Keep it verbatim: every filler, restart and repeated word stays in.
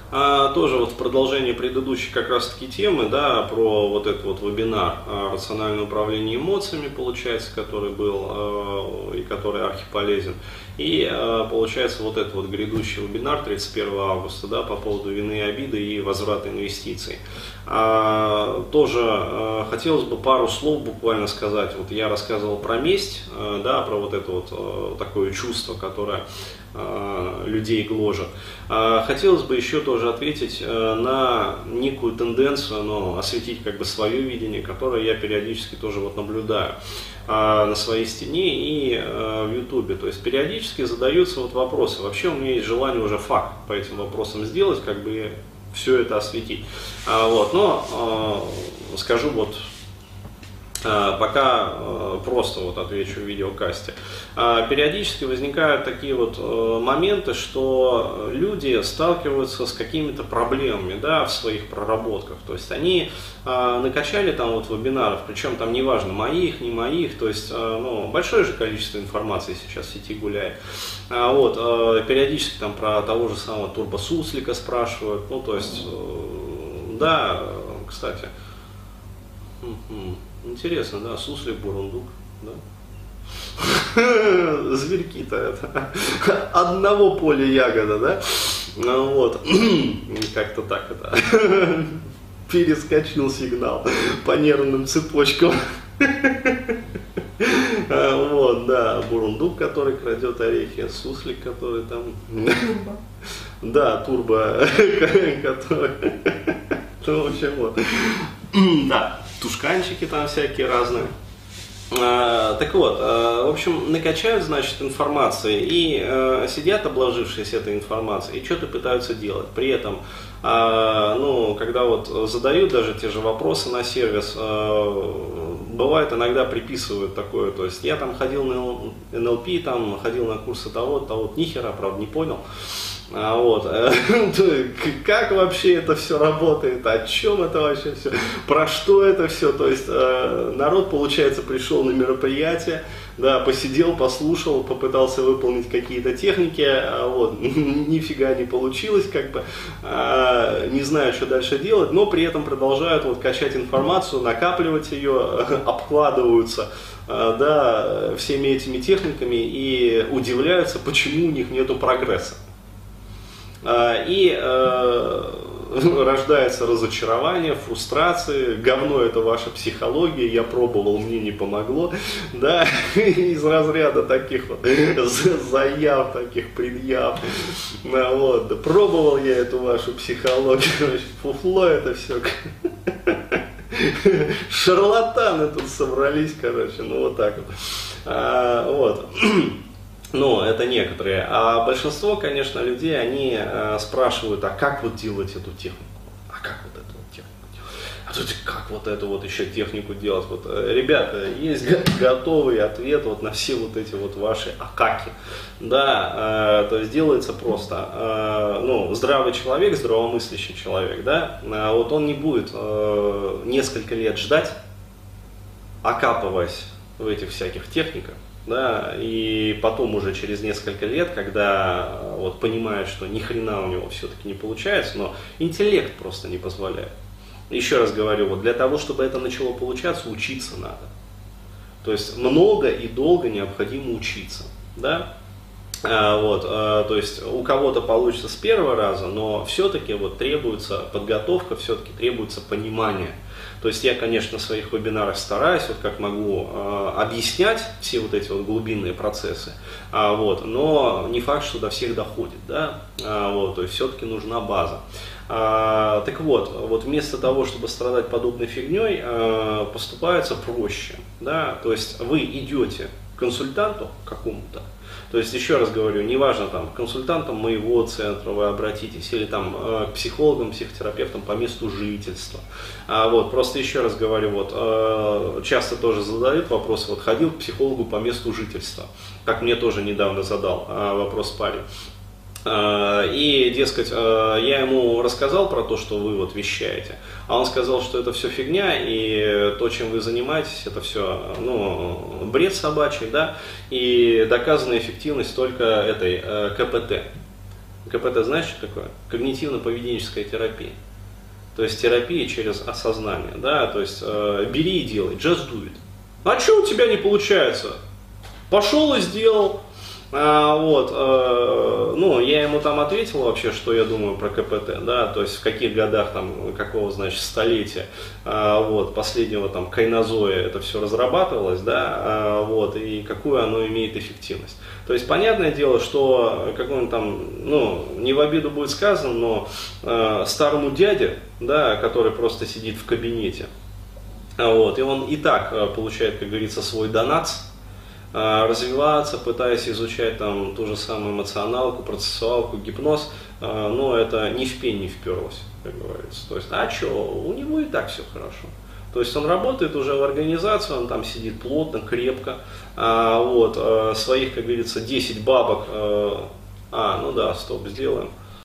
А, тоже вот в продолжении предыдущей как раз таки темы, да, про вот этот вот вебинар а, «Рациональное управление эмоциями», получается, который был а, и который архиполезен. И а, получается вот этот вот грядущий вебинар тридцать первого августа, да, по поводу вины и обиды и возврата инвестиций. А, тоже а, хотелось бы пару слов буквально сказать. Вот я рассказывал про месть, а, да, про вот это вот а, такое чувство, которое людей гложет. Хотелось бы еще тоже ответить на некую тенденцию, но осветить как бы свое видение, которое я периодически тоже вот наблюдаю на своей стене и в Ютубе. То есть периодически задаются вот вопросы. Вообще у меня есть желание уже факт по этим вопросам сделать, как бы все это осветить. Вот. Но скажу вот пока просто вот отвечу в видеокасте. Периодически возникают такие вот моменты, что люди сталкиваются с какими-то проблемами, да, в своих проработках. То есть они накачали там вот вебинаров, причем там неважно, моих, не моих, то есть ну, большое же количество информации сейчас в сети гуляет. Вот, периодически там про того же самого Турбо Суслика спрашивают, ну то есть, да, кстати, интересно, да, Суслик, Бурундук, да. Зверьки-то это одного поля ягода, да? Ну вот, как-то так это перескочил сигнал по нервным цепочкам. Вот, да, Бурундук, который крадет орехи, Суслик, который там, да, Турбо, который, ну, в общем, вот, да. Тушканчики там всякие разные. А, так вот, а, в общем, накачают, значит, информации и а, сидят, обложившись этой информацией, и что-то пытаются делать. При этом, а, ну, когда вот задают даже те же вопросы на сервис, а, бывает иногда приписывают такое, то есть я там ходил на эн эл пи, там ходил на курсы того, того, ни хера, правда, не понял. А вот, как вообще это все работает, о чем это вообще все, про что это все, то есть народ, получается, пришел на мероприятие, да, посидел, послушал, попытался выполнить какие-то техники, а вот, нифига не получилось, как бы, не знаю, что дальше делать, но при этом продолжают вот качать информацию, накапливать ее, обкладываются, да, всеми этими техниками и удивляются, почему у них нету прогресса. И э, рождается разочарование, фрустрация, говно это ваша психология, я пробовал, мне не помогло, да, из разряда таких вот заяв, таких предъяв, вот, да, пробовал я эту вашу психологию, фуфло это все, шарлатаны тут собрались, короче, ну вот так вот, а, вот. Ну, это некоторые. А большинство, конечно, людей, они э, спрашивают, а как вот делать эту технику? А как вот эту вот технику делать? А тут как вот эту вот еще технику делать? Вот, э, ребята, есть готовый ответ вот на все вот эти вот ваши акаки. Да, э, то есть делается просто. Э, ну, здравый человек, здравомыслящий человек, да, э, вот он не будет э, несколько лет ждать, окапываясь в этих всяких техниках. Да, и потом уже через несколько лет, когда вот понимает, что ни хрена у него все-таки не получается, но интеллект просто не позволяет. Еще раз говорю, вот для того, чтобы это начало получаться, учиться надо. То есть много и долго необходимо учиться. Да? А, вот, а, то есть у кого-то получится с первого раза, но все-таки вот требуется подготовка, все-таки требуется понимание. То есть я, конечно, в своих вебинарах стараюсь, вот как могу, э, объяснять все вот эти вот глубинные процессы, а, вот, но не факт, что до всех доходит, да, а, вот, то есть все-таки нужна база. А, так вот, вот вместо того, чтобы страдать подобной фигней, э, поступается проще, да, то есть вы идете к консультанту какому-то. То есть, еще раз говорю, неважно, там, к консультантам моего центра вы обратитесь, или там, к психологам, психотерапевтам по месту жительства. А, вот, просто еще раз говорю, вот, часто тоже задают вопрос, вот, ходил к психологу по месту жительства, как мне тоже недавно задал вопрос парень. И, дескать, я ему рассказал про то, что вы вот вещаете, а он сказал, что это все фигня, и то, чем вы занимаетесь, это все, ну, бред собачий, да, и доказанная эффективность только этой ка пэ тэ. КПТ знаешь, что такое? Когнитивно-поведенческая терапия. То есть терапия через осознание, да, то есть э, бери и делай, just do it. А что у тебя не получается? Пошел и сделал. А, вот, э, ну, я ему там ответил вообще, что я думаю про КПТ, да, то есть в каких годах там, какого, значит, столетия, а, вот, последнего там кайнозоя это все разрабатывалось, да, а, вот, и какую оно имеет эффективность. То есть, понятное дело, что, как он там, ну, не в обиду будет сказано, но э, старому дяде, да, который просто сидит в кабинете, вот, и он и так получает, как говорится, свой донат, развиваться, пытаясь изучать там ту же самую эмоционалку, процессуалку, гипноз, но это ни в пень не вперлось, как говорится. То есть, а что, у него и так все хорошо. То есть он работает уже в организации, он там сидит плотно, крепко, вот, своих, как говорится, десять бабок, а, ну да, стоп, сделаем.